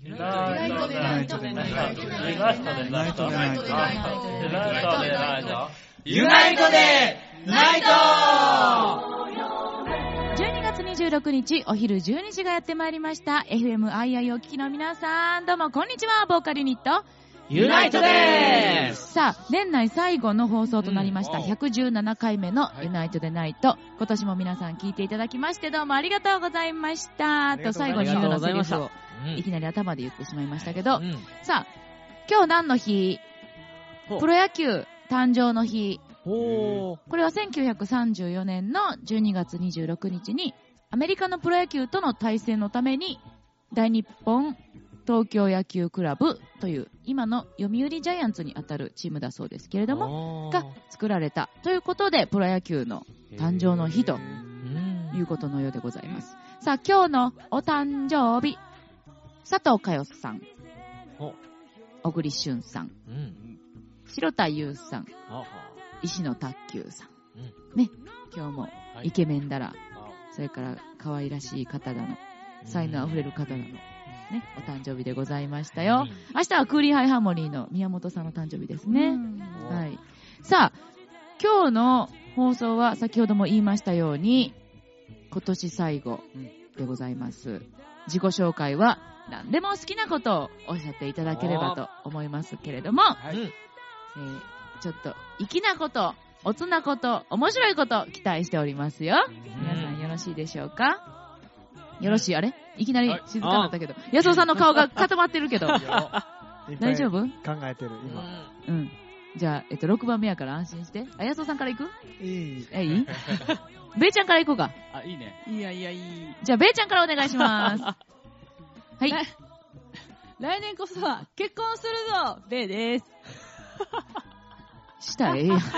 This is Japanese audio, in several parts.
ユナイトでナイト。ユナイトでナイト。ユナイトでナイト。ユナイトでナイト。 12月26日お昼12時がやってまいりました。 FMII お聞きの皆さん、どうもこんにちは。ボーカルユニットユナイトでーす。 さあ、年内最後の放送となりました、117回目のユナイトでナイト、今年も皆さん聞いていただきましてどうもありがとうございました。と最後に言うようなセリフをいきなり頭で言ってしまいましたけど、さあ今日何の日？プロ野球誕生の日。これは1934年の12月26日にアメリカのプロ野球との対戦のために大日本東京野球クラブという今の読売ジャイアンツにあたるチームだそうですけれどもが作られたということで、プロ野球の誕生の日ということのようでございます。さあ今日のお誕生日、佐藤佳代さん、小栗旬さん、城田優さん、石野卓球さん、ね、今日もイケメンだら、それから可愛らしい方だの、才能あふれる方だのね、お誕生日でございましたよ。明日はクーリーハイハーモニーの宮本さんの誕生日ですね。はい。さあ、今日の放送は先ほども言いましたように、今年最後でございます。自己紹介は何でも好きなことをおっしゃっていただければと思いますけれども、ちょっと粋なこと、おつなこと、面白いこと期待しておりますよ。皆さんよろしいでしょうか？よろしい？あれ？いきなり静かになったけど、安尾さんの顔が固まってるけど大丈夫？ 考えてる今。 うん。じゃあ6番目やから安心して。安尾さんから行く？いい？ベイちゃんから行こうか。 あ、いいね。 いい。 じゃあベイちゃんからお願いします。はい。 来年こそは結婚するぞ、ベイです。 したらええやん。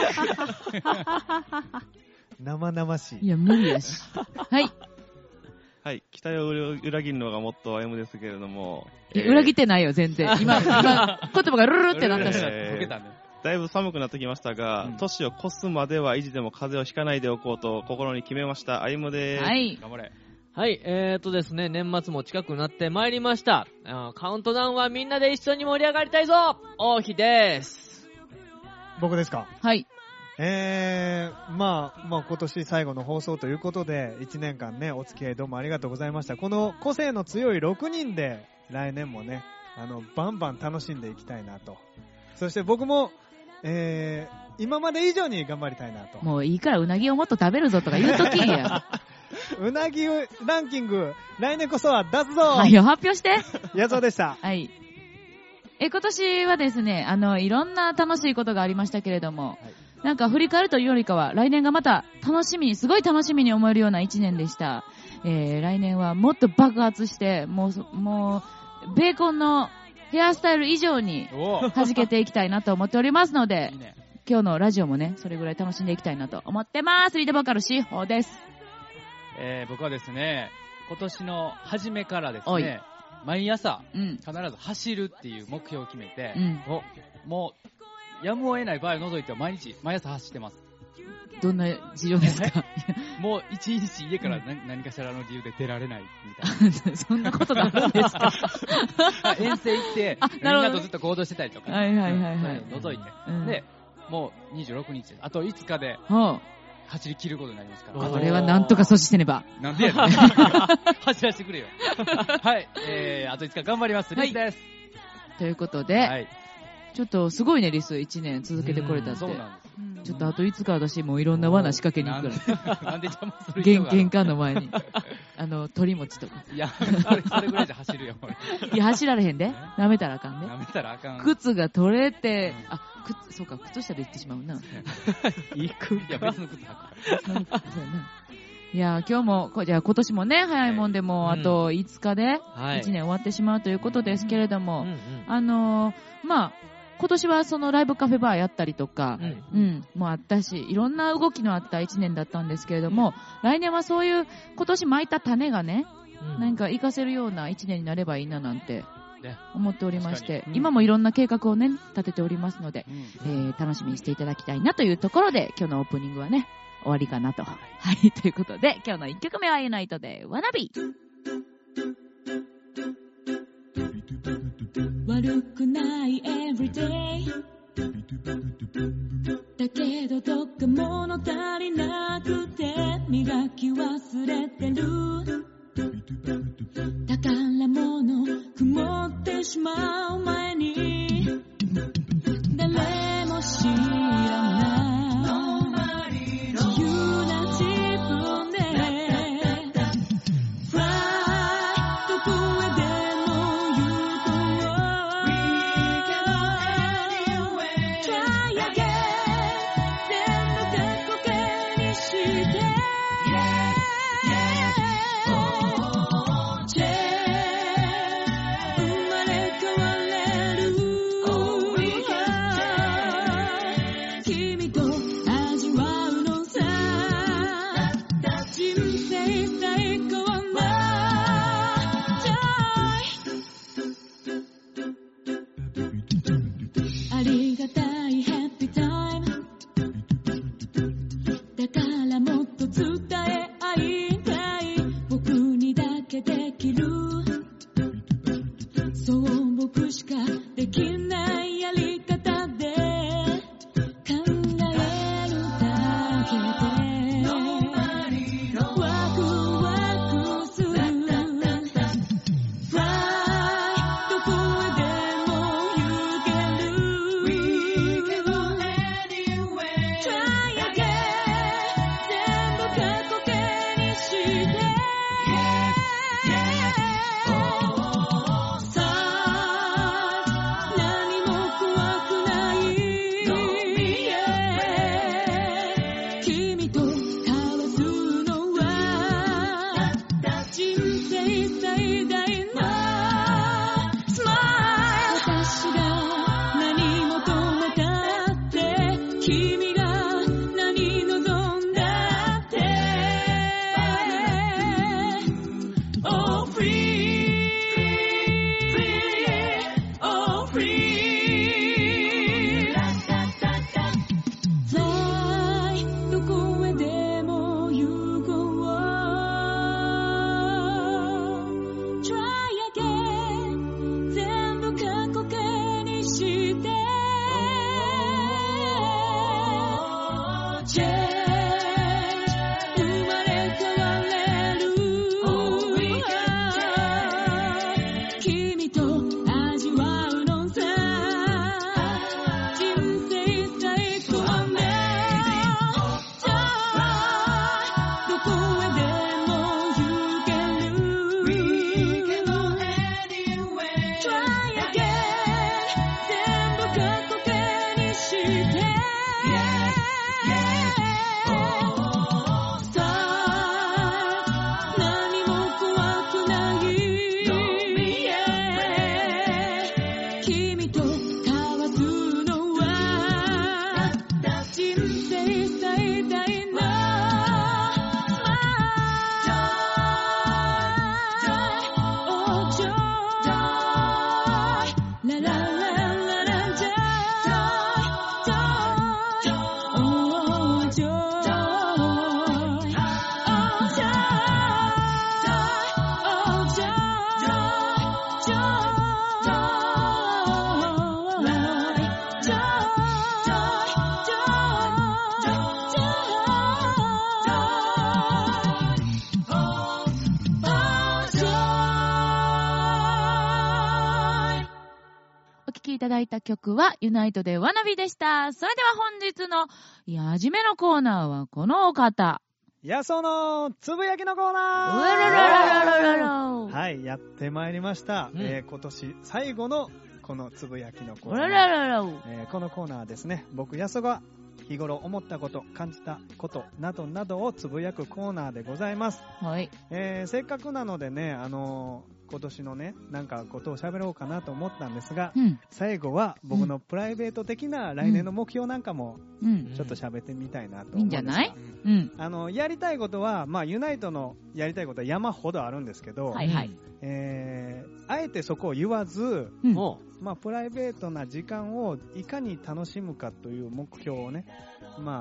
生々しい。 いや無理やし。はい。 はい、期待を裏切るのがもっと M ですけれども、 裏切ってないよ全然。今言葉がルルルってなったし、 だいぶ寒くなってきましたが、年を越すまでは意地でも風邪をひかないでおこうと心に決めました。歩です。 はい。 頑張れ。 はい、ですね、年末も近くなってまいりました。カウントダウンはみんなで一緒に盛り上がりたいぞ。王妃です。 僕ですか？ はい。 まあ今年最後の放送ということで、1年間ね、お付き合いどうもありがとうございました。この個性の強い6人で、来年もね、バンバン楽しんでいきたいなと。そして僕も、今まで以上に頑張りたいなと。 もういいからうなぎをもっと食べるぞとか言うときや。 うなぎランキング、来年こそは出すぞ。 はいよ、発表して。 やつおでした。 はい。今年はですね、いろんな楽しいことがありましたけれども、なんか振り返るというよりかは、来年がまたすごい楽しみに思えるような1年でした。来年はもっと爆発して、もう、ベーコンのヘアスタイル以上に弾けていきたいなと思っておりますので、今日のラジオもね、それぐらい楽しんでいきたいなと思ってます。リードボーカルシーホーです。 僕はですね、今年の初めからですね、毎朝、必ず走るっていう目標を決めて、もう、やむを得ない場合を除いては毎朝走ってます。 どんな事情ですか？ もう一日家から何かしらの理由で出られないみたいな。 そんなことなるんですか？ 遠征行って、みんなとずっと行動してたりとか、除いて。で、もう26日、あと5日で走り切ることになりますから。 これはなんとか阻止せねば。 なんでやねん。走らせてくれよ。はい、あと5日頑張ります。リスです。 ということで、ちょっとすごいね、リス1年続けてこれたって。 そうなんです。 ちょっとあと5日私もういろんな罠仕掛けに行くから。なんで邪魔する人が。 玄関の前に。鳥餅とか。 いや、それぐらいじゃ走るよ、 いや、走られへんで。舐めたらあかんね。 舐めたらあかん。 靴が取れて、そうか、靴下で行ってしまうな。 行く。いや、別の靴履く。 いや、今日も、じゃあ今年もね、早いもんでも、あと5日で1年終わってしまうということですけれども、まあ、今年はそのライブカフェバーやったりとか、もあったし、いろんな動きのあった1年だったんですけれども、来年はそういう今年巻いた種がね、何か活かせるような1年になればいいななんて思っておりまして、今もいろんな計画をね、立てておりますので、楽しみにしていただきたいなというところで、今日のオープニングはね、終わりかなと。はい、ということで、今日の1曲目はユナイトでワナビー。 悪くない everyday だけどどっか物足りなくて磨き忘れてる宝物曇ってしまう前に誰も知らない自由な自分で Fly どこへでも行こう We can go anywhere Try again 全部過去形にしてありがたいハッピータイムだからもっと伝え合いたい僕にだけできるそう僕しかできないやり方で考えるだけでワクワクする Fly どこへでも行ける We can go anywhere Try again 全部過去形にしてさあ何も怖くない君と交わすのは人生最大のスマイル私が何求めたって君が何望んだって Oh free Oh free Fly どこへでも行こう Try again 全部過去形にしてChange 生まれ変われる君と味わうのさ人生最高のどこへでも行ける We can go anywhere Try again 全部過去形にしてさあ何も怖くない君と交わすのは人生最大のOh joy La la la la la joy Oh joy Oh joy Oh joy お聴きいただいた曲はユナイトでワナビでした。それでは本日のやじめのコーナーはこのお方。 やそのつぶやきのコーナーうららららららはい、やってまいりました。今年最後のこのつぶやきのコーうナー。 ららららこのコーナーはですね、僕やそが日頃思ったこと、感じたことなどなどをつぶやくコーナーでございます。 はい。 せっかくなのでね、今年のね、なんかことを喋ろうかなと思ったんですが、最後は僕のプライベート的な来年の目標なんかもちょっと喋ってみたいなと思うんですが、いいんじゃない？やりたいことは、まあ、ユナイトのやりたいことは山ほどあるんですけど、 はいはい、 あえてそこを言わず、まあ、プライベートな時間をいかに楽しむかという目標をね、まあ、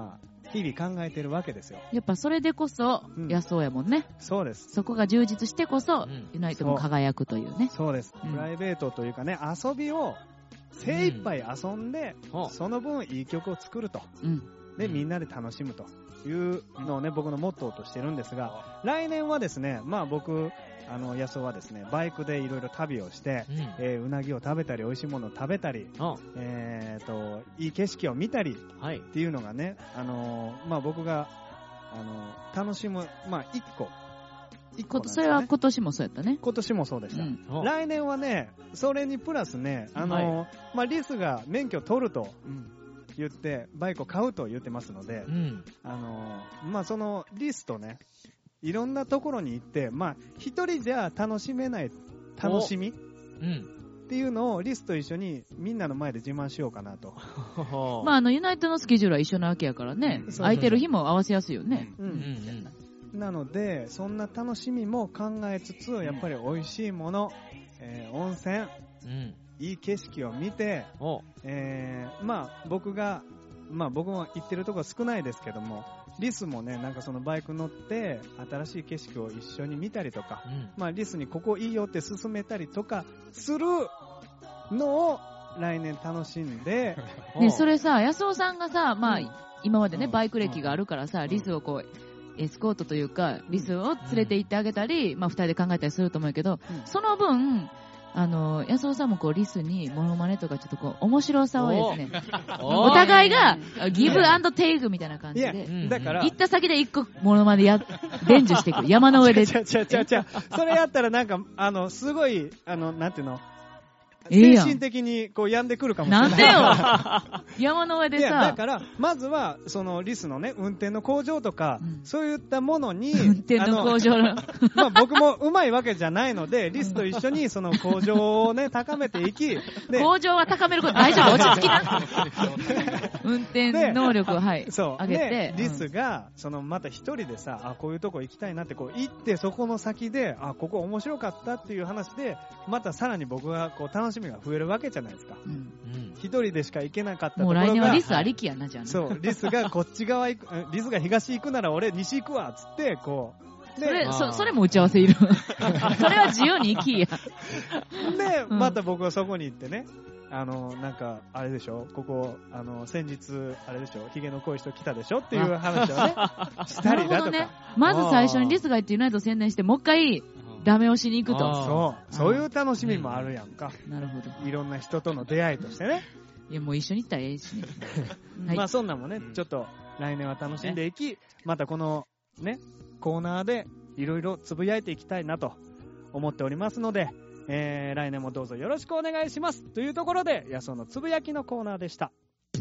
日々考えてるわけですよ。 やっぱそれでこそ、野草やもんね。 そうです。 そこが充実してこそ、ユナイトも輝くというね。 そうです。プライベートというかね、遊びを精一杯遊んで、その分いい曲を作ると。で、みんなで楽しむというのをね、僕のモットーとしてるんですが、来年はですね、まあ僕、野草はですね、バイクでいろいろ旅をして、うなぎを食べたり、美味しいものを食べたり、いい景色を見たりっていうのがね、まあ僕が、楽しむ、まあ一個なんですね。 それは今年もそうやったね。 今年もそうでした。来年はね、それにプラスね、まあリスが免許取ると言って、バイクを買うと言ってますので、まあそのリスとね、いろんなところに行って、まあ一人じゃ楽しめない楽しみっていうのをリスと一緒にみんなの前で自慢しようかなと。 まあユナイトのスケジュールは一緒なわけやからね、空いてる日も合わせやすいよね。 なのでそんな楽しみも考えつつ、やっぱり美味しいもの、温泉、いい景色を見て、まあ僕も行ってるところ少ないですけども、リスもね、なんかそのバイク乗って新しい景色を一緒に見たりとか、まあリスにここいいよって勧めたりとかするのを来年楽しんで。 ね、それさ、安尾さんがさ、まあ今までね、バイク歴があるからさ、リスをこう、エスコートというか、リスを連れて行ってあげたり、まあ二人で考えたりすると思うけど、その分、安尾さんもこうリスにモノマネとかちょっとこう面白さをですね、お互いがギブアンドテイクみたいな感じで、 だから行った先で一個モノマネ伝授してくる。山の上で。 それやったらなんか、すごい、なんていうの、精神的にこう病んでくるかもしれない。 なんでよ山の上でさ。 だから、まずは、そのリスのね、運転の向上とか、そういったものに、 運転の向上まあ僕もうまいわけじゃないので、リスと一緒にその向上をね、高めていき、 向上は高めること大丈夫、落ち着きな。運転能力を、上げて。 リスが、また一人でさ、こういうとこ行きたいなって、こう行って、そこの先で、ここ面白かったっていう話で、またさらに僕がこう楽しみが増えるわけじゃないですか。一人でしか行けなかったところが、 もう来年はリスありきやな、じゃあ。 そう、リスがこっち側行く、リスが東行くなら俺西行くわっつってこう。 それも打ち合わせいる。それは自由に行きや。 で、また僕はそこに行ってね。なんか、あれでしょ、ここ、先日、あれでしょ、ヒゲの濃い人来たでしょっていう話をね、したりだとか。ね、 まず最初にリスが行ってユナイト宣伝して、もう一回、ダメ押しに行くと。そういう楽しみもあるやんか。 なるほど。 いろんな人との出会いとしてね。 いや、もう一緒に行ったらええしね。 まあそんなんもね、ちょっと来年は楽しんでいき、またこのね、コーナーでいろいろつぶやいていきたいなと思っておりますので、来年もどうぞよろしくお願いします。というところで、やそのつぶやきのコーナーでした。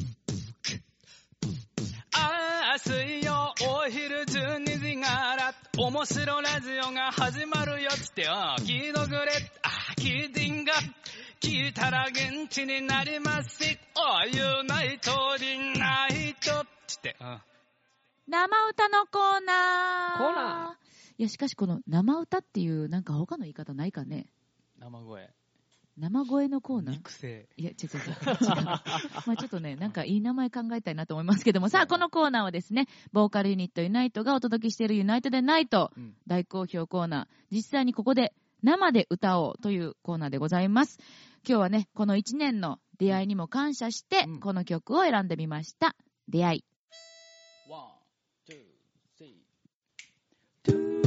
水曜お昼12時から面白ラジオが始まるよって聞いとくれ、聞いてんが聞いたら元気になりますし、ユナイトリナイトって生歌のコーナー。いや、しかしこの生歌っていうなんか他の言い方ないかね。生声のコーナー。 育成。 いや、違う。まあちょっとね、なんかいい名前考えたいなと思いますけども、さあ、このコーナーはですね、ボーカルユニットユナイトがお届けしているユナイトでナイト、大好評コーナー、実際にここで生で歌おうというコーナーでございます。今日はね、この1年の出会いにも感謝して、この曲を選んでみました。出会い。1、2、3。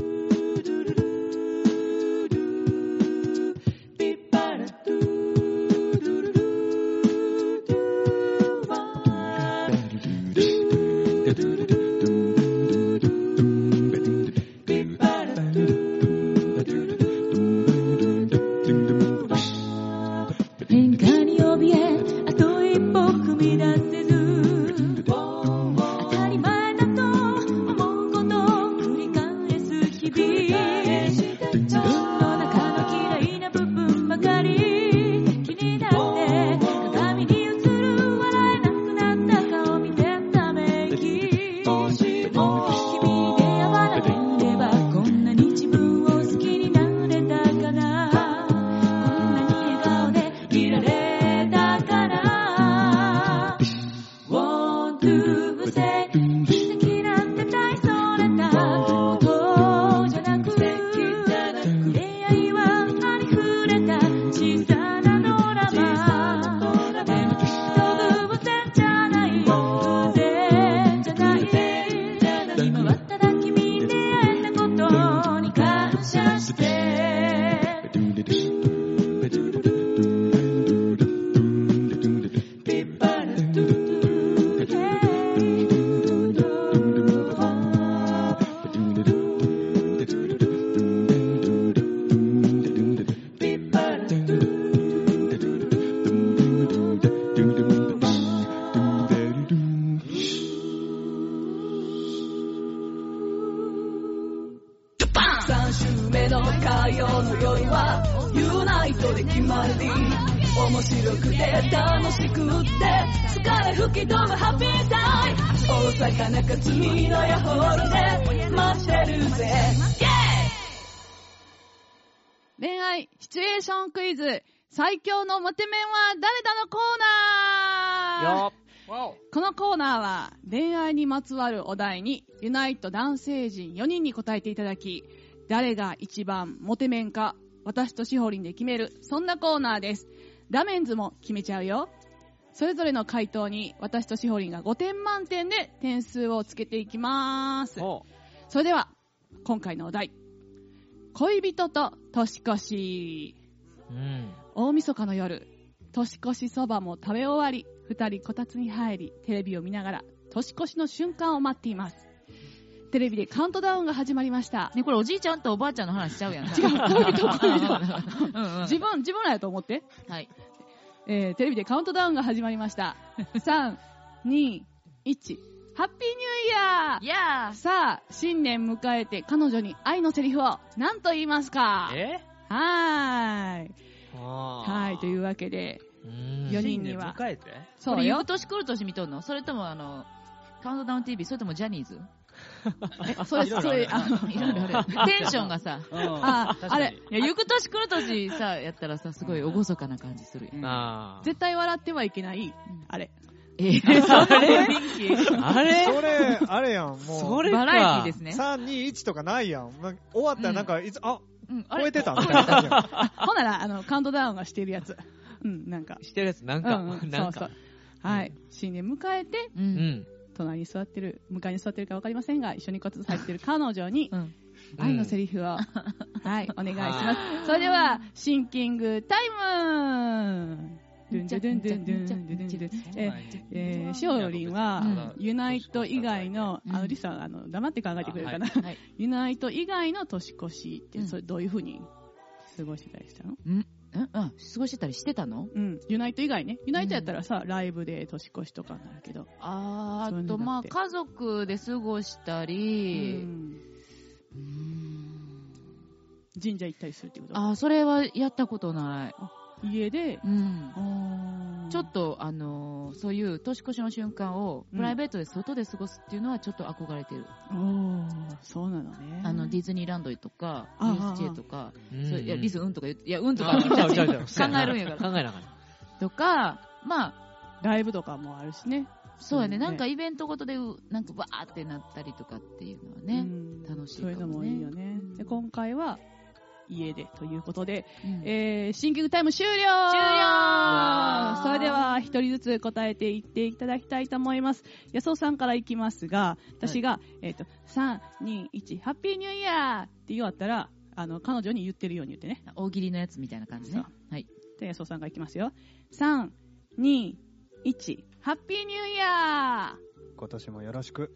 変化に怯えあと一歩踏み出せず当たり前な面白くて楽しくって疲れ吹き飛ぶハッピータイム大阪中津美のヤホールで待ってるぜ恋愛シチュエーションクイズ最強のモテメンは誰だのコーナー。このコーナーは恋愛にまつわるお題にユナイト男性陣4人に答えていただき、誰が一番モテメンか私としほりんで決める、そんなコーナーです。ダメンズも決めちゃうよ。それぞれの回答に私としほりんが5点満点で点数をつけていきます。それでは今回のお題、恋人と年越し。大晦日の夜、年越しそばも食べ終わり、2人こたつに入りテレビを見ながら年越しの瞬間を待っています。テレビでカウントダウンが始まりました。 ね、これおじいちゃんとおばあちゃんの話しちゃうやん。違う、 恋人自分らやと思って。 はい。 テレビでカウントダウンが始まりました。3、2、1。ハッピーニューイヤー。さあ、新年迎えて彼女に愛のセリフを何と言いますか？はい、というわけで、4人には。 迎えて？そうよ。これ、年来る年見とんの？それともカウントダウン TV、それともジャニーズ？それ、いろいろある。テンションがさ、あれ、いや、行く年来る年さ、やったらさ、すごい厳かな感じする。 絶対笑ってはいけない、あれ。 それあれそれ、あれやん、もう。 それバラエティですね。 3、2、1とかないやん。終わったらなんか、超えてたみたいな感じやん。 ほんなら、カウントダウンがしてるやつ。なんか。 してるやつ、なんか。 そう。はい。新年迎えて、隣に座ってる、向かいに座ってるか分かりませんが、一緒にこつ入ってる彼女に、愛のセリフを、はい、お願いします。それでは、シンキングタイムしおりんは、ユナイト以外の、リサ、黙って考えてくれるかな。ユナイト以外の年越しって、それどういう風に過ごしてたりしたの？ 過ごしてたりしてたの？ ユナイト以外ね。ユナイトやったらさ、ライブで年越しとかになるけど。 あと、家族で過ごしたり、 神社行ったりするってこと？ それはやったことない。 家で、 ちょっと、そういう年越しの瞬間をプライベートで外で過ごすっていうのはちょっと憧れてる。 そうなのね。 ディズニーランドとか、USJ とか、いや、リスとか言って、いや、とか考えるんやから。 考えながら。 とか、 ライブとかもあるしね。 そうやね。なんかイベントごとで、なんかわーってなったりとかっていうのはね、楽しいかもね。 そういうのもいいよね。で、今回は、家でということで、シンキングタイム終了。それでは一人ずつ答えていっていただきたいと思います。安尾さんからいきますが、私が、3、2、1、ハッピーニューイヤーって言わったら、彼女に言ってるように言ってね。 大喜利のやつみたいな感じね。はい。 で、安尾さんがいきますよ。3、2、1、ハッピーニューイヤー。 今年もよろしく。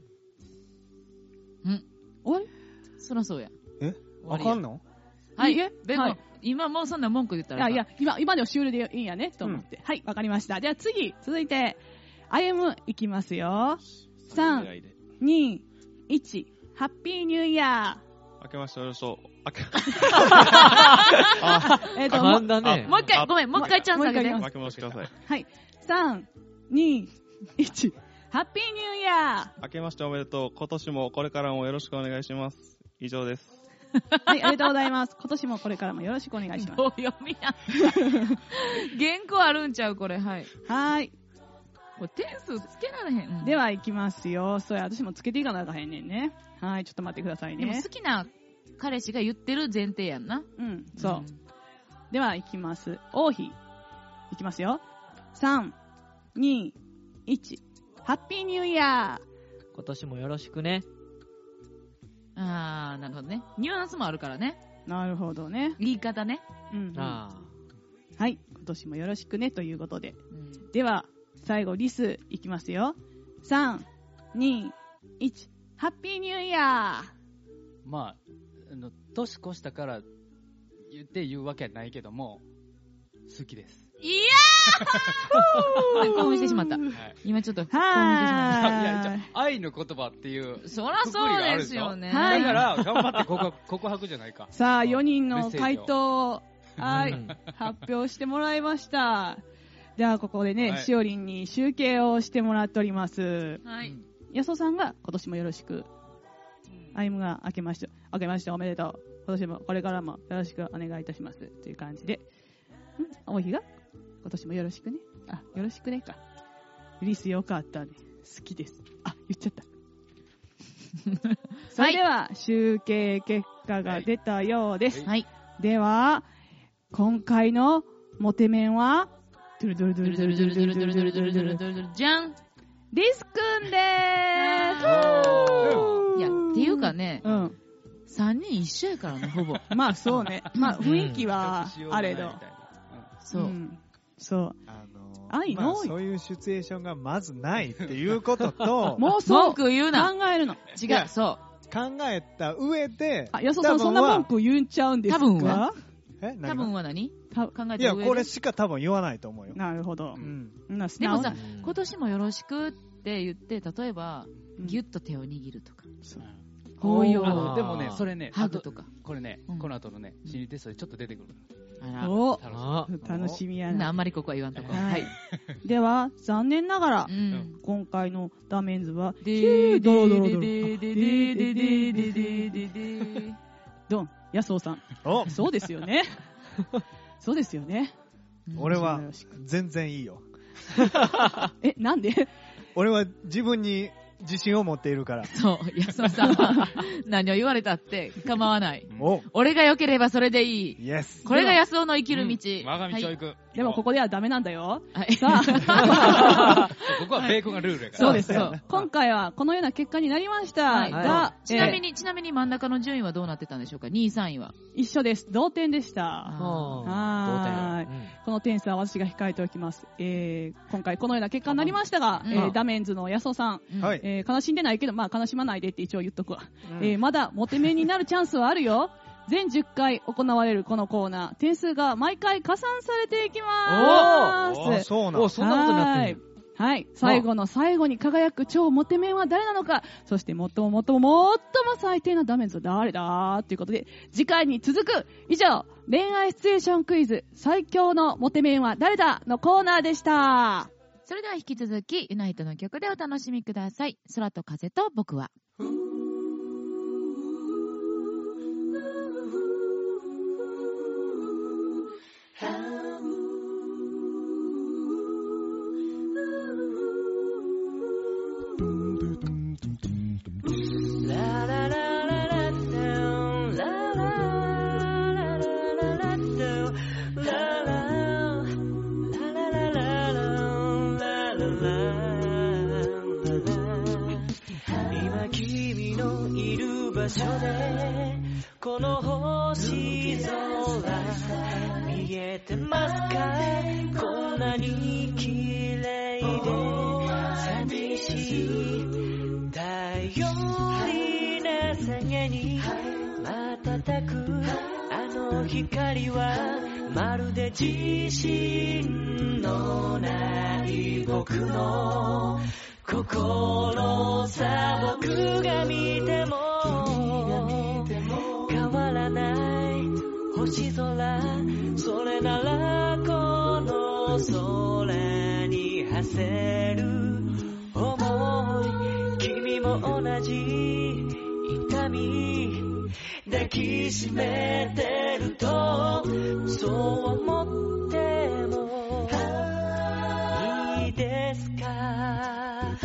終わり？ そらそうや。 わかんの？ はい。でも、今もうそんな文句言ったら。 いや、今でも終了でいいんやね、と思って。はい、わかりました。では続いて、歩いきますよ。3、2、1、ハッピーニューイヤー。明けましておめでとう。 なんだね。 もう一回、ごめん、もう一回チャンスあげて。 明けましてください。 はい。3、2、1、ハッピーニューイヤー。明けましておめでとう。今年もこれからもよろしくお願いします。以上です。 はい、ありがとうございます。今年もこれからもよろしくお願いします。 どう読みや。原稿あるんちゃうこれ、はい。 はい。 これ点数つけられへん。 では行きますよ。それ私もつけていかなあかへんねんね。はい、ちょっと待ってくださいね。 でも好きな彼氏が言ってる前提やんな。 そう。では行きます。王妃。行きますよ。3、2、1。ハッピーニューイヤー。 今年もよろしくね。 なるほどね。ニュアンスもあるからね。 なるほどね。 言い方ね。 はい。今年もよろしくねということで。では、最後、リスいきますよ。3、2、1。ハッピーニューイヤー。 年越したから言うわけはないけども、好きです。 いやー興奮してしまった。今ちょっと興奮してしまった。 いや、愛の言葉っていう。 そらそうですよね。 だから、頑張って告白じゃないか。 さあ、4人の回答、 はい、発表してもらいました。ではここでね、しおりんに集計をしてもらっております。はい。やそさんが今年もよろしく。あゆむが明けましておめでとう。今年もこれからもよろしくお願いいたしますという感じで。おひが今年もよろしくね。よろしくねか。リスよかったね。好きです。言っちゃった。それでは集計結果が出たようです。はい。では今回のモテメンはドゥルドゥルドゥルドゥルドゥルドゥルドゥルドゥルドゥルドゥルドゥルじゃん。リスくんでーす。いやっていうかね。3人一緒やからねほぼ。まあそうね。まあ雰囲気はあれど。そう。そう。 そういうシチュエーションがまずないっていうことと、 もう文句言うな。考えるの。違う。そう。 考えた上で、 安田さんそんな文句言っちゃうんですか？ 多分は何？考えた上で。 いや、これしか多分言わないと思うよ。 なるほど。 でもさ、今年もよろしくって言って、例えば、ギュッと手を握るとか。 こういう。でもね、それね、 ハグとか。 これね、この後のね、心理テストでちょっと出てくる。 お楽しみやな。 あんまりここは言わんとこ。はい。 では残念ながら今回のダメンズはドンやそうさん。そうですよね。そうですよね。 俺は全然いいよ。 なんで？ 俺は自分に自信を持っているから。 そう、安野さんは何を言われたって構わない。俺が良ければそれでいい。これが安尾の生きる道。 我が道を行く。 でもここではダメなんだよ。 さあ、ここはベーコンがルールやから。 そうですよ。今回はこのような結果になりましたが、 ちなみに真ん中の順位はどうなってたんでしょうか。2位、3位は一緒です。同点でした。同点。この点数は私が控えておきます。今回このような結果になりましたが、ダメンズの安尾さん、悲しんでないけど、まあ悲しまないでって一応言っとくわ。まだモテメンになるチャンスはあるよ。全10回行われるこのコーナー、点数が毎回加算されていきまーす。 そんなことになってる。 はい。最後の最後に輝く超モテメンは誰なのか、そして最も最低なダメンズは誰だということで、次回に続く、以上、恋愛シチュエーションクイズ、最強のモテメンは誰だのコーナーでした。 それでは引き続き、ユナイトの曲でお楽しみください。空と風と僕は。 今君のいる場所でこの星空見えてますか？こんなに綺麗で寂しい頼りなさげに瞬くあの光はまるで自信のない僕の心さ。僕が見ても変わらない星空、それならこの空に馳せる想い、君も同じ痛み抱きしめてるとそう思ってもいいですか？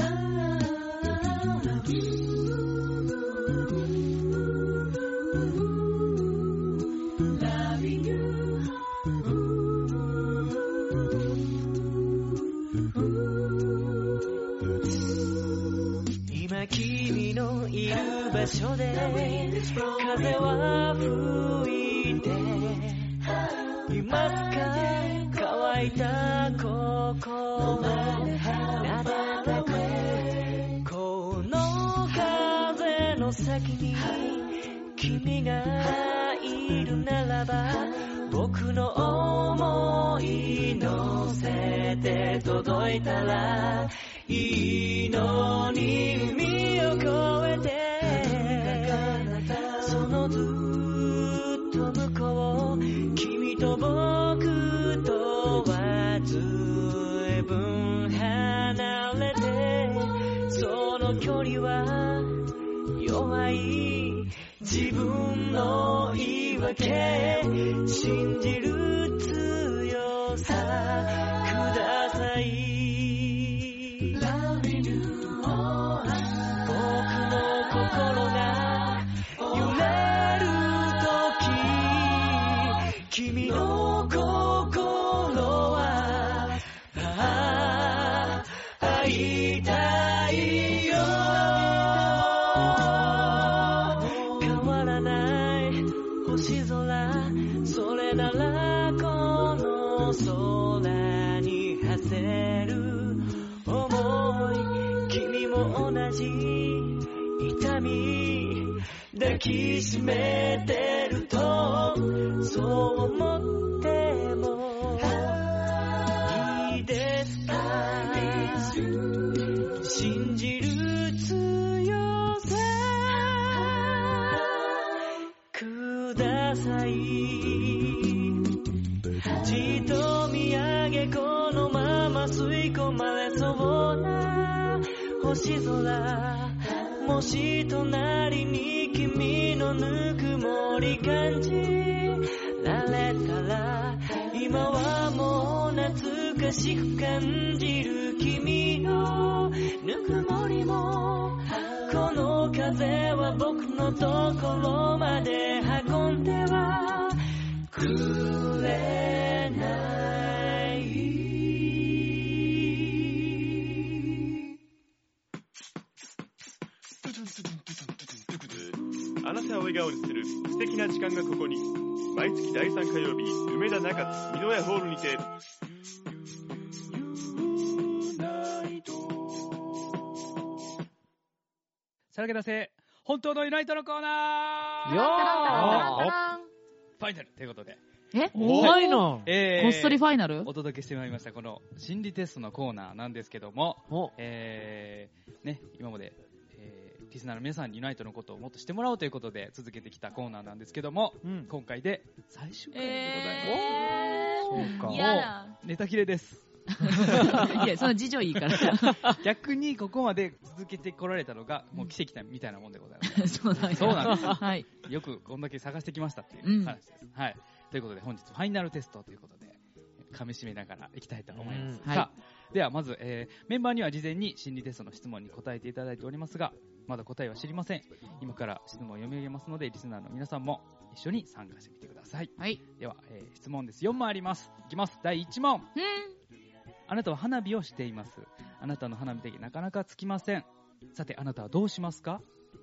今君のいる場所で風は吹いていますか？乾いた心なだらかこの風の先に君がいるならば僕の想い乗せて届いたらいいのに海を越えてそのずっと向こう君と僕とはずいぶん離れて、その距離は弱い自分の言い訳、信じる強さください。僕の心が揺れるとき、君の心は会いたいよ。変わらない星空、それならこの空に馳せる想い、君も同じ痛み抱きしめてると、そう思ってもいいですか。信じる強さください。じっと見上げこのまま吸い込まれそうな星空、もし隣に君のぬくもり感じられたら、今はもう懐かしく感じる君のぬくもりも、この風は僕のところまで運んではくれない。 あなたを笑顔にする素敵な時間がここに。毎月第3火曜日、梅田中津美濃屋ホールにて。 さらけ出せ本当のユナイトのコーナー。 よーファイナルということで。 ファイナル、こっそりファイナルお届けしてまいりました。この心理テストのコーナーなんですけども、ね、今まで、リスナーの皆さんにユナイトのことをもっとしてもらおうということで続けてきたコーナーなんですけども、今回で最終回でございます。そうか。 嫌だ。 ネタ切れです。 いや、その事情いいから。 逆にここまで続けてこられたのがもう奇跡みたいなもんでございます。 そうなんです。 はい。よくこんだけ探してきましたっていう話です。はい。ということで本日ファイナルテストということで噛み締めながらいきたいと思います。さあ、ではまず、メンバーには事前に心理テストの質問に答えていただいておりますが、まだ答えは知りません。今から質問を読み上げますので、リスナーの皆さんも一緒に参加してみてください。 はい。 では、質問です。4問あります。いきます。第1問。あなたは花火をしています。あなたの花火的なかなかつきません。さて、あなたはどうしますか？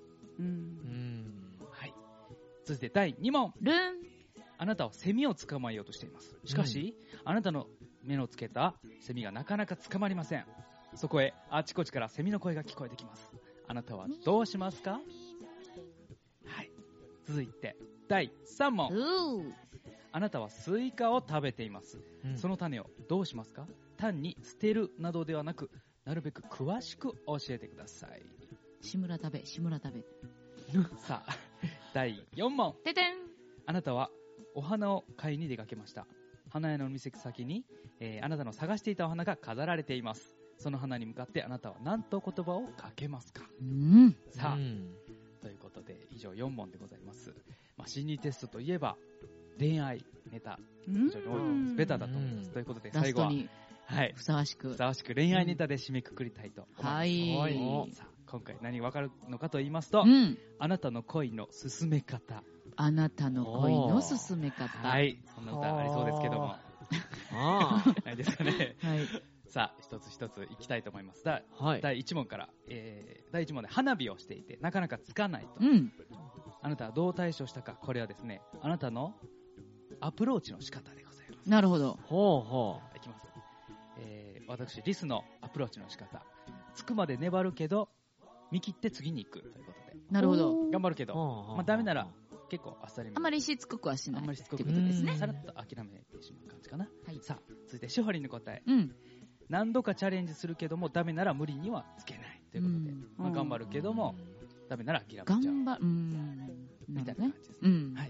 はい。続いて第2問。あなたはセミを捕まえようとしています。しかし、あなたの目のつけたセミがなかなか捕まりません。そこへあちこちからセミの声が聞こえてきます。あなたはどうしますか？はい。続いて第3問。あなたはスイカを食べています。その種をどうしますか？単に捨てるなどではなく、なるべく詳しく教えてください。 志村食べ。 さあ、第4問。 ててん。 あなたはお花を買いに出かけました。花屋の店先に、あなたの探していたお花が飾られています。その花に向かってあなたは何と言葉をかけますか？さあ、ということで以上4問でございます。心理テストといえば恋愛ネタ非常に多いベタだと思います。ということで最後はふさわしく恋愛ネタで締めくくりたいと思います。さあ、今回何が分かるのかと言いますと、あなたの恋の進め方。 あなたの恋の進め方。 はい、そんな歌ありそうですけども。ないですかね。はい。さあ、一つ一ついきたいと思います。第1問から、第1問で花火をしていてなかなかつかないと。あなたはどう対処したか。これはですね、あなたのアプローチの仕方でございます。 なるほど。 いきます。私、リスのアプローチの仕方。つくまで粘るけど、見切って次に行くということで。 なるほど。 頑張るけど、ダメなら結構あっさりめ。 あまりしつこくはしない。 あんまりしつこくはしないですね。さらっと諦めてしまう感じかな。さあ、続いて、しほりの答え。何度かチャレンジするけども、ダメなら無理にはつけないということで。頑張るけども、ダメなら諦めちゃう。 みたいな感じです。 はい。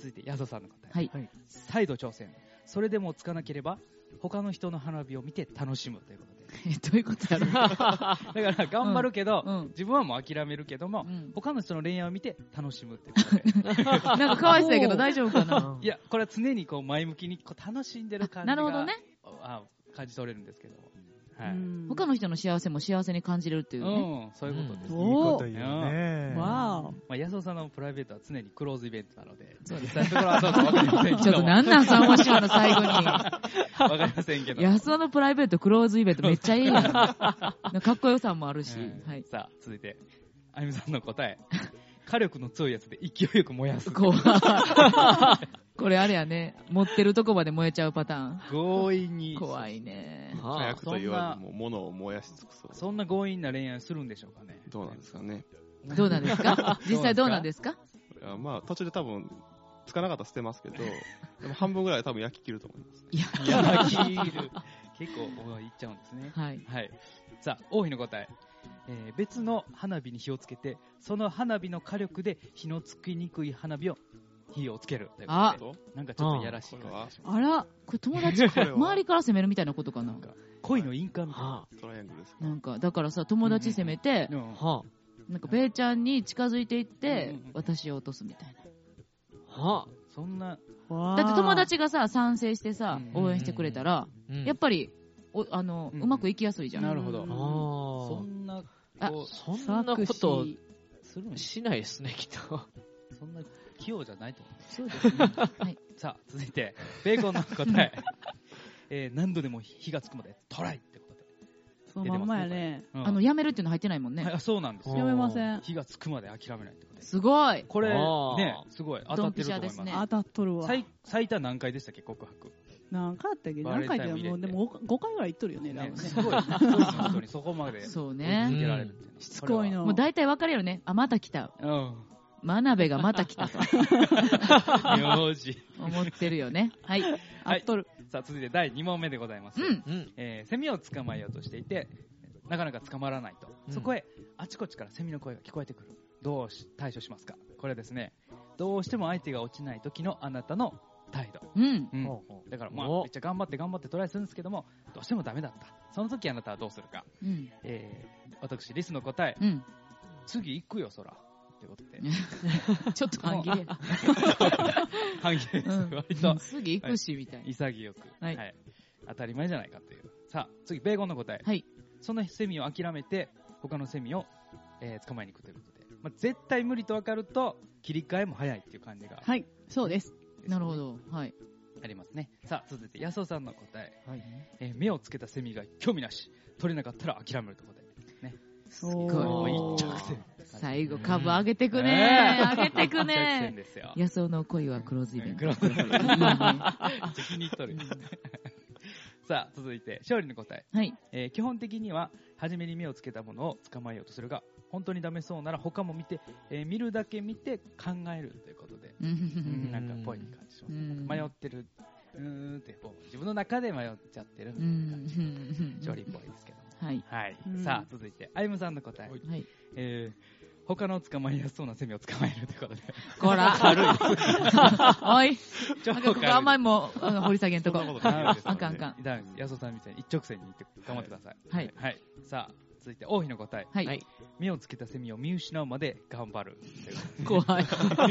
続いて、やそさんの答え。再度挑戦。それでもつかなければ、他の人の花火を見て楽しむということで。 どういうことやろだから頑張るけど、自分はもう諦めるけども、他の人の恋愛を見て楽しむってことで。 なんかかわいそうやけど大丈夫かな。 いや、これは常にこう前向きにこう楽しんでる感じが、なるほどね。感じ取れるんですけど。 他の人の幸せも幸せに感じれるっていうね。 そういうことです。 いいこと言うね。 わお。安尾さんのプライベートは常にクローズイベントなので、実際のところはどうかわかりませんけど。 ちょっとなんなんさんましょうの最後に。 わかりませんけど。 安尾のプライベートクローズイベントめっちゃいいやん。かっこよさもあるし。 さあ、続いて、あゆみさんの答え。火力の強いやつで勢いよく燃やす。 これあれやね、持ってるとこまで燃えちゃうパターン。 強引に。 怖いね。 火薬と言わずも物を燃やし尽くそう。 そんな強引な恋愛するんでしょうかね。 どうなんですかね。 どうなんですか実際どうなんですかまあ途中で多分、つかなかったら捨てますけど、でも半分ぐらい多分焼き切ると思います。 焼き切る。結構いっちゃうんですね。 はい。 さあ、王妃の答え。別の花火に火をつけて、その花火の火力で火のつきにくい花火を火をつけるということで、なんかちょっといやらしい感じ。 あら、これ友達周りから攻めるみたいなことかな。 恋の印鑑みたいな。 トライアングルですか。 なんかだからさ、友達攻めて、なんかベイちゃんに近づいていって私を落とすみたいな。そんな。 だって友達がさ賛成してさ応援してくれたらやっぱりうまくいきやすいじゃん。 なるほど。そんなことしないですね、きっと。 そんな器用じゃないと思う。 そうですね。はい。 さあ、続いて、ベーコンの答え。何度でも火がつくまでトライってことで。 そのまんまやね。 やめるっていうの入ってないもんね。 そうなんですよ。 やめません。 火がつくまで諦めないってことです。 すごい。 これ、ね、すごい当たってると思います。 当たっとるわ。 最多何回でしたっけ、告白。 何回あったっけ何回でもでも5回ぐらい行っとるよね、多分ね。 すごい。本当にそこまで。 そうね。 しつこいの。 もう大体分かるよね。また来た。真鍋がまた来たと。 名字。 思ってるよね。はい。 あっとる。 さあ、続いて第2問目でございます。セミを捕まえようとしていて、なかなか捕まらないと。そこへ、あちこちからセミの声が聞こえてくる。どう対処しますか？これはですね、どうしても相手が落ちない時のあなたの態度。だから、めっちゃ頑張ってトライするんですけども、どうしてもダメだった。その時あなたはどうするか。私、リスの答え。次行くよ、そら。ということで。 ちょっと半切れ。 半切れです。割と。 次行くし、みたいな。 潔く。当たり前じゃないかという。さあ、次、ベーコンの答え。そのセミを諦めて、他のセミを捕まえに行くということで。絶対無理と分かると、切り替えも早いっていう感じが。 はい、そうです。 なるほど。はい。 ありますね。さあ、続いて、安尾さんの答え。目をつけたセミが興味なし。取れなかったら諦めるということで。ね。 すごい。 一直線。 最後、株上げてくね。上げてくね。安尾の恋はクローズイベント。 気に入っとる。さあ、続いて、勝利の答え。基本的には、初めに目をつけたものを捕まえようとするが、本当にダメそうなら他も見て、見るだけ見て考えるということで、なんかぽい感じします。迷ってる、って自分の中で迷っちゃってるみたいな感じ。勝利っぽいですけども。はい。さあ、続いて、あゆむさんの答え。他の捕まえやすそうなセミを捕まえるということで。 こら。 軽い。 おい。ここあんまりも掘り下げんとこ。あかん。 安尾さんみたいに一直線に行って頑張ってください。はい。さあ、続いて、王妃の答え。目をつけたセミを見失うまで頑張る。 怖い。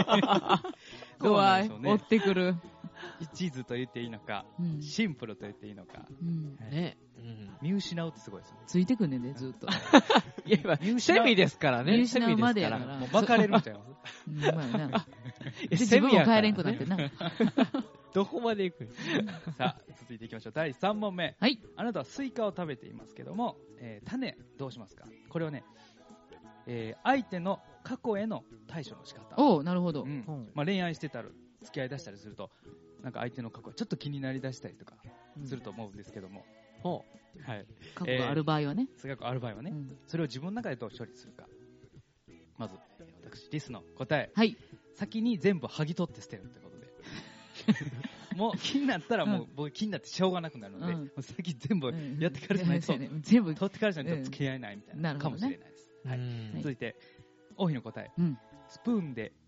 怖い。追ってくる。 一途と言っていいのか、シンプルと言っていいのか。見失うってすごいですね。 ついてくんねんで、ずっと。 いや、セミですからね。 見失うまでやから。 もう巻かれるんちゃいます自分も帰れんくなってな。 どこまで行く？ さあ、続いていきましょう。第3問目。あなたはスイカを食べていますけども、種どうしますか？これはね、相手の過去への対処の仕方。 お、なるほど。 恋愛してたら付き合い出したりすると、なんか相手の過去ちょっと気になりだしたりとかすると思うんですけども。 過去がある場合はね。 過去がある場合はね。それを自分の中でどう処理するか。まず、私、リスの答え。先に全部剥ぎ取って捨てるってことで。もう気になったらもう僕気になってしょうがなくなるので、先全部やってからじゃないと、全部取ってからじゃないと付き合えないみたいなかもしれないです。続いて、王妃の答え。スプーンで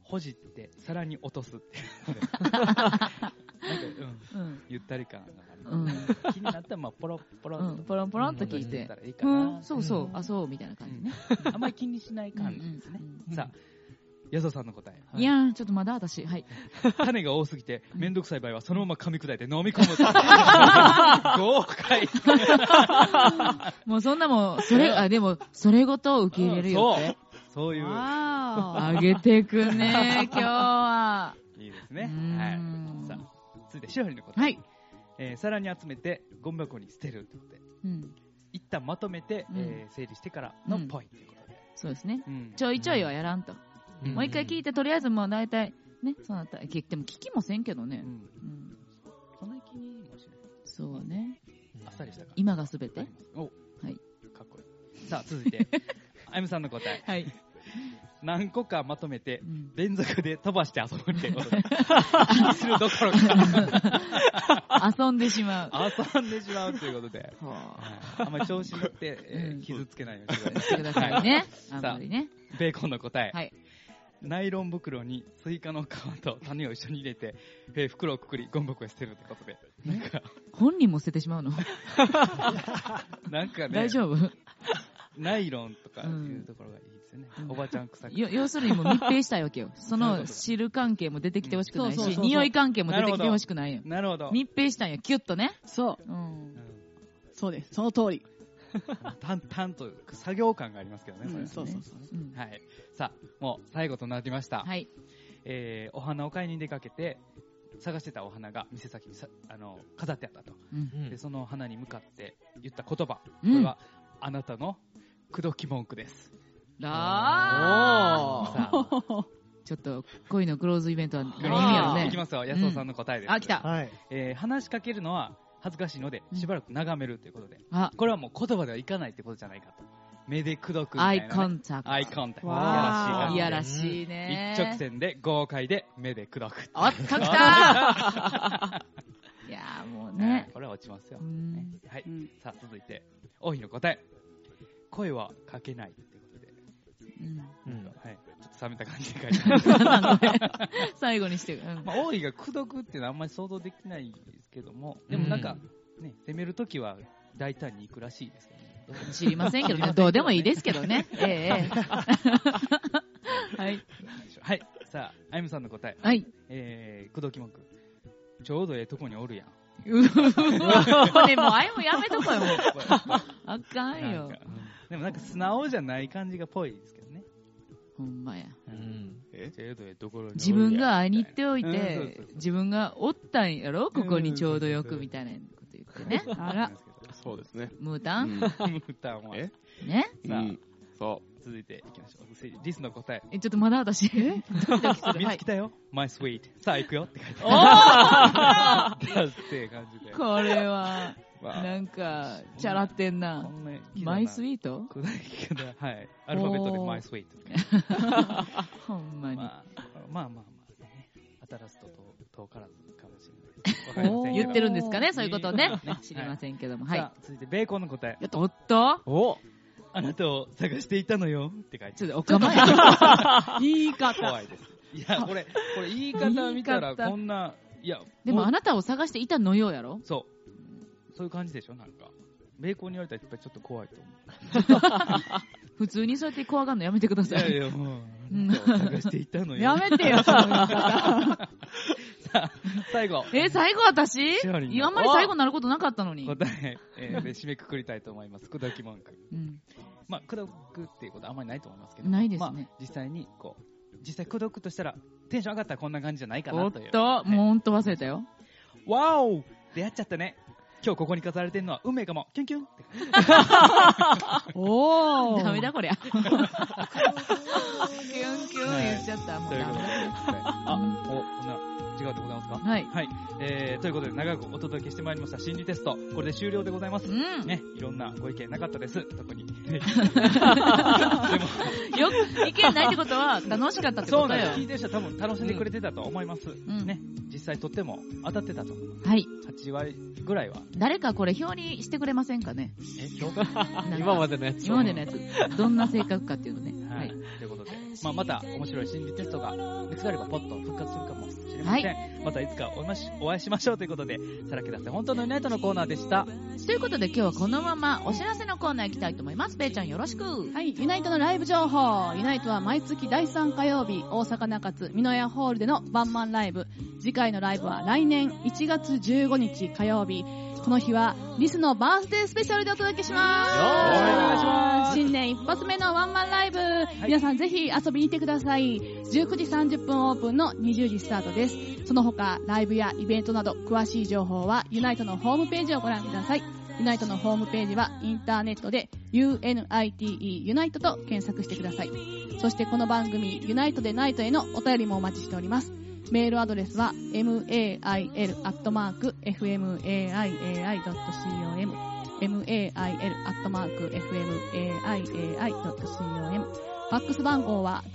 ほじって皿に落とすっていうなんか、ゆったり感がある、気になったらまあポロポロンと、 ポロンポロンと聞いて、 たらいいかな、 そうそう、あ、そうみたいな感じね。 あんまり気にしない感じですね。さあ、ヤゾさんの答え。 いやー、ちょっとまだ私、はい。 種が多すぎて、めんどくさい場合はそのまま噛み砕いて飲み込む。豪快。 もうそんなもん、でも、それごと受け入れるよって。 そういう。 あげてくね、今日は。 いいですね。はい。さあ、続いて、しおりの答え。 はい。 皿に集めて、ゴミ箱に捨てるってことで。一旦まとめて、整理してからのポイということで。 そうですね。ちょいちょいはやらんと。もう一回聞いて、とりあえずもう大体、ね、そうなったら、でも聞きもせんけどね。 そんなに気にもしない。 そうね。 あっさりしたから。 今がすべて。 お、はい。かっこいい。さあ、続いて、あゆむさんの答え。 はい。 何個かまとめて、連続で飛ばして遊ぶっていうことで。気にするどころか。 遊んでしまう。 遊んでしまうということで。あんまり調子乗って、傷つけないようにしてくださいね。あんまりね。 ベーコンの答え。 はい。 ナイロン袋にスイカの皮と種を一緒に入れて、袋をくくりゴミ箱へ捨てるってことで。 本人も捨ててしまうのなんかね。 大丈夫？ ナイロンとかいうところがいいですよね。おばちゃん臭く。 要するにもう密閉したいわけよ。その汁関係も出てきてほしくないし、匂い関係も出てきてほしくないよ。 なるほど。 密閉したんよ、キュッとね。 そう。そうです。その通り。 淡と作業感がありますけどね。 そうそうそう。 はい。さあ、もう最後となりました。 はい。 お花を買いに出かけて、探してたお花が店先に飾ってあったと。で、その花に向かって言った言葉。これは、あなたの口説き文句です。 ちょっと恋のクローズイベントは何意味やろね。 いきますよ、安尾さんの答えです。 あ、来た。 話しかけるのは恥ずかしいので、しばらく眺めるということで。これはもう言葉ではいかないってことじゃないかと。目で口説くみたいな。 アイコンタクト。 アイコンタクト。 いやらしいね。 一直線で豪快で目で口説く。 おっと、来たいやもうね。 これは落ちますよ。はい。さあ、続いて、王妃の答え。声はかけないってことで。はい。ちょっと冷めた感じで書いてある。 最後にして。 王妃が口説くっていうのはあんまり想像できないですけども、でもなんか、ね、攻めるときは大胆に行くらしいですよね。 知りませんけどね。どうでもいいですけどね。はい。 はい。さあ、あゆむさんの答え。 はい。 口説き文句。ちょうどええとこにおるやん。 これもうあゆむやめとこよ、もう。あかんよ。 でもなんか素直じゃない感じがぽいですけどね。 ほんまや。 自分が会いに行っておいて、自分がおったんやろここにちょうどよくみたいなこと言ってね。 あら。 そうですね。 ムータンムータンは。 ね。 さあ、そう。続いていきましょう。リスの答え。 ちょっとまだ私。 見つけたよ。My sweet。さあ行くよって書いてある。って感じで。 これは、なんか、チャラってんな。マイスイート？ はい。アルファベットでマイスイート。 ほんまに。 まあ。当たらずと遠からずかもしれない。 言ってるんですかね、そういうことをね。知りませんけども。はい。 続いて、ベーコンの答え。 おっと？ あなたを探していたのよって書いてある。 ちょっとおかまや。 言い方。 怖いです。いや、これ言い方見たらこんな、いや。 でもあなたを探していたのよやろ？ そう。そういう感じでしょ、なんか。ベーコンに言われたらやっぱりちょっと怖いと思う。 普通にそうやって怖がるのやめてください。 いやもう、探していたのよ。 やめてよ、その言い方。 さあ、最後。 最後私？あんまり最後になることなかったのに。 答え、で締めくくりたいと思います。口説き文句。まあ、口説くっていうことはあんまりないと思いますけど。 ないですね。 まあ、実際口説くとしたら、テンション上がったらこんな感じじゃないかなという。 もうほんと忘れたよ。 わお出会っちゃったね。今日ここに飾られてるのは運命かも。キュンキュンって。 おー。ダメだこりゃ。キュンキュン言っちゃった。もうダメだ。 違うでございますか？ はい。 はい。ということで長くお届けしてまいりました心理テスト。これで終了でございます。ね。いろんなご意見なかったです。特に。でも、 意見ないってことは楽しかったってことよ。 そうなんです。聞いてる人は多分楽しんでくれてたと思います。ね。実際とっても当たってたと。 はい。 8割ぐらいは。 誰かこれ表にしてくれませんかね？ 今までのやつ。 今までのやつ。どんな性格かっていうのね。 はい。ということで、 また面白い心理テストが見つかればポッと復活するかもしれません。またいつかお会いしましょうということで、さらけ出せ本当のユナイトのコーナーでした。 ということで今日はこのままお知らせのコーナー行きたいと思います。ペイちゃんよろしく。 はい、ユナイトのライブ情報。ユナイトは毎月第3火曜日、大阪中津美濃屋ホールでのワンマンライブ。次回のライブは来年1月15日火曜日。この日はリスのバースデースペシャルでお届けします。 よろしくお願いします。 新年一発目のワンマンライブ、皆さんぜひ遊びに来てください。19時30分オープンの20時スタートです。その他ライブやイベントなど詳しい情報はユナイトのホームページをご覧ください。ユナイトのホームページはインターネットで UNITE ユナイトと検索してください。そしてこの番組ユナイトでナイトへのお便りもお待ちしております。メールアドレスは mail@fmaiai.com mail@fmaiai.com ファックス番号は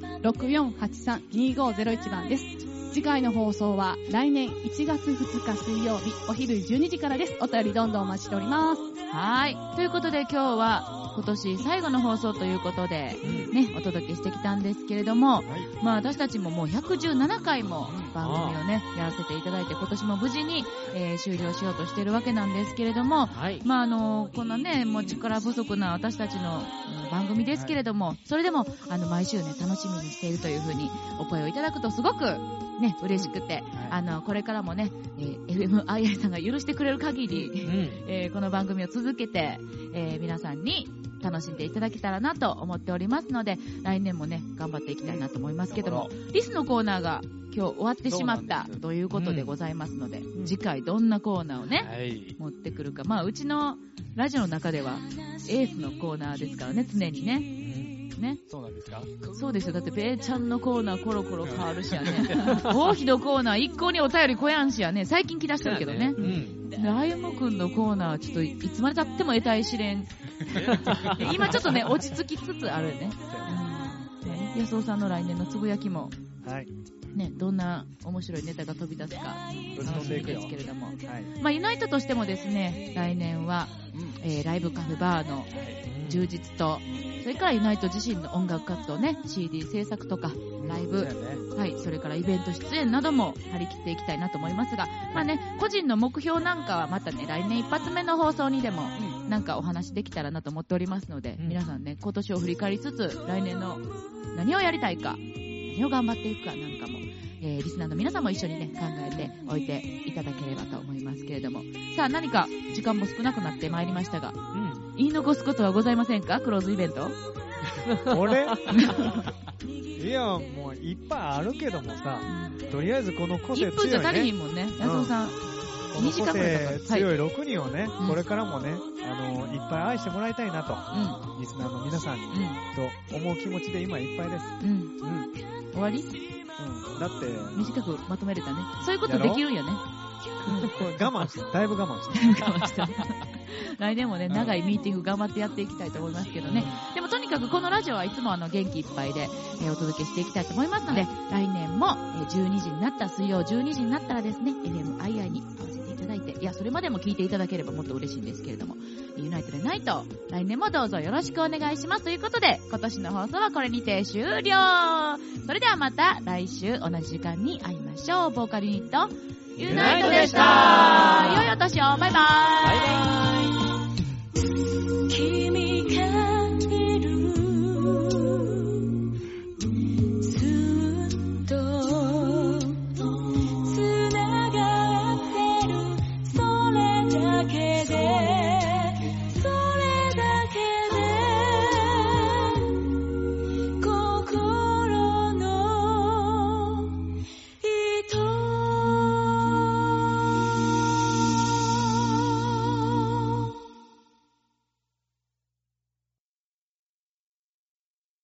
0664832501 番です。次回の放送は来年1月2日水曜日お昼12時からです。お便りどんどんお待ちしております。 はい。ということで今日は今年最後の放送ということで、ね、お届けしてきたんですけれども、私たちももう117回も番組をね、やらせていただいて、今年も無事に、終了しようとしているわけなんですけれども、こんなね、もう力不足な私たちの番組ですけれども、それでも、毎週ね、楽しみにしているというふうにお声をいただくとすごく、ね、嬉しくて、これからもね、FMII さんが許してくれる限り、この番組を続けて、皆さんに楽しんでいただけたらなと思っておりますので、来年もね、頑張っていきたいなと思いますけども、リスのコーナーが今日終わってしまったということでございますので、次回どんなコーナーをね、持ってくるか。うちのラジオの中ではエースのコーナーですからね、常にね。 そうなんですか？ そうですよ。だってペイちゃんのコーナーコロコロ変わるしやね。大ひどコーナー一向にお便り来やんしやね。最近来だしてるけどね。ライムくんのコーナーはちょっといつまで経っても得体知れん。今ちょっとね、落ち着きつつあるね。安尾さんの来年のつぶやきも。ね、どんな面白いネタが飛び出すか楽しみですけれども、ユナイトとしてもですね、来年は、ライブカフェバーの充実と、それからユナイト自身の音楽活動ね、CD 制作とかライブ、それからイベント出演なども張り切っていきたいなと思いますが、個人の目標なんかはまたね、来年一発目の放送にでもなんかお話できたらなと思っておりますので、皆さんね、今年を振り返りつつ、来年の何をやりたいか、何を頑張っていくかなんかも、リスナーの皆さんも一緒にね、考えておいていただければと思いますけれども、さあ何か時間も少なくなってまいりましたが、言い残すことはございませんか？クローズイベント俺いや、もういっぱいあるけどもさ、とりあえずこの個性強いね、1分じゃ足りひんもんね、安尾さん。この個性強い6人をね、これからもね、いっぱい愛してもらいたいなと、リスナーの皆さんに、と思う気持ちで今いっぱいです。 終わり？ だって短くまとめれたね。そういうことできるんよね。 これ我慢して、だいぶ我慢して。 来年もね、長いミーティング頑張ってやっていきたいと思いますけどね。でもとにかくこのラジオはいつも元気いっぱいで、お届けしていきたいと思いますので、来年も12時になった、水曜12時になったらですね、FMII に合わせていただいて、いや、それまでも聞いていただければもっと嬉しいんですけれども、ユナイトでないと、来年もどうぞよろしくお願いしますということで、今年の放送はこれにて終了。それではまた来週同じ時間に会いましょう。ボーカルユニット、ユナイトでした。良いお年を。バイバイ。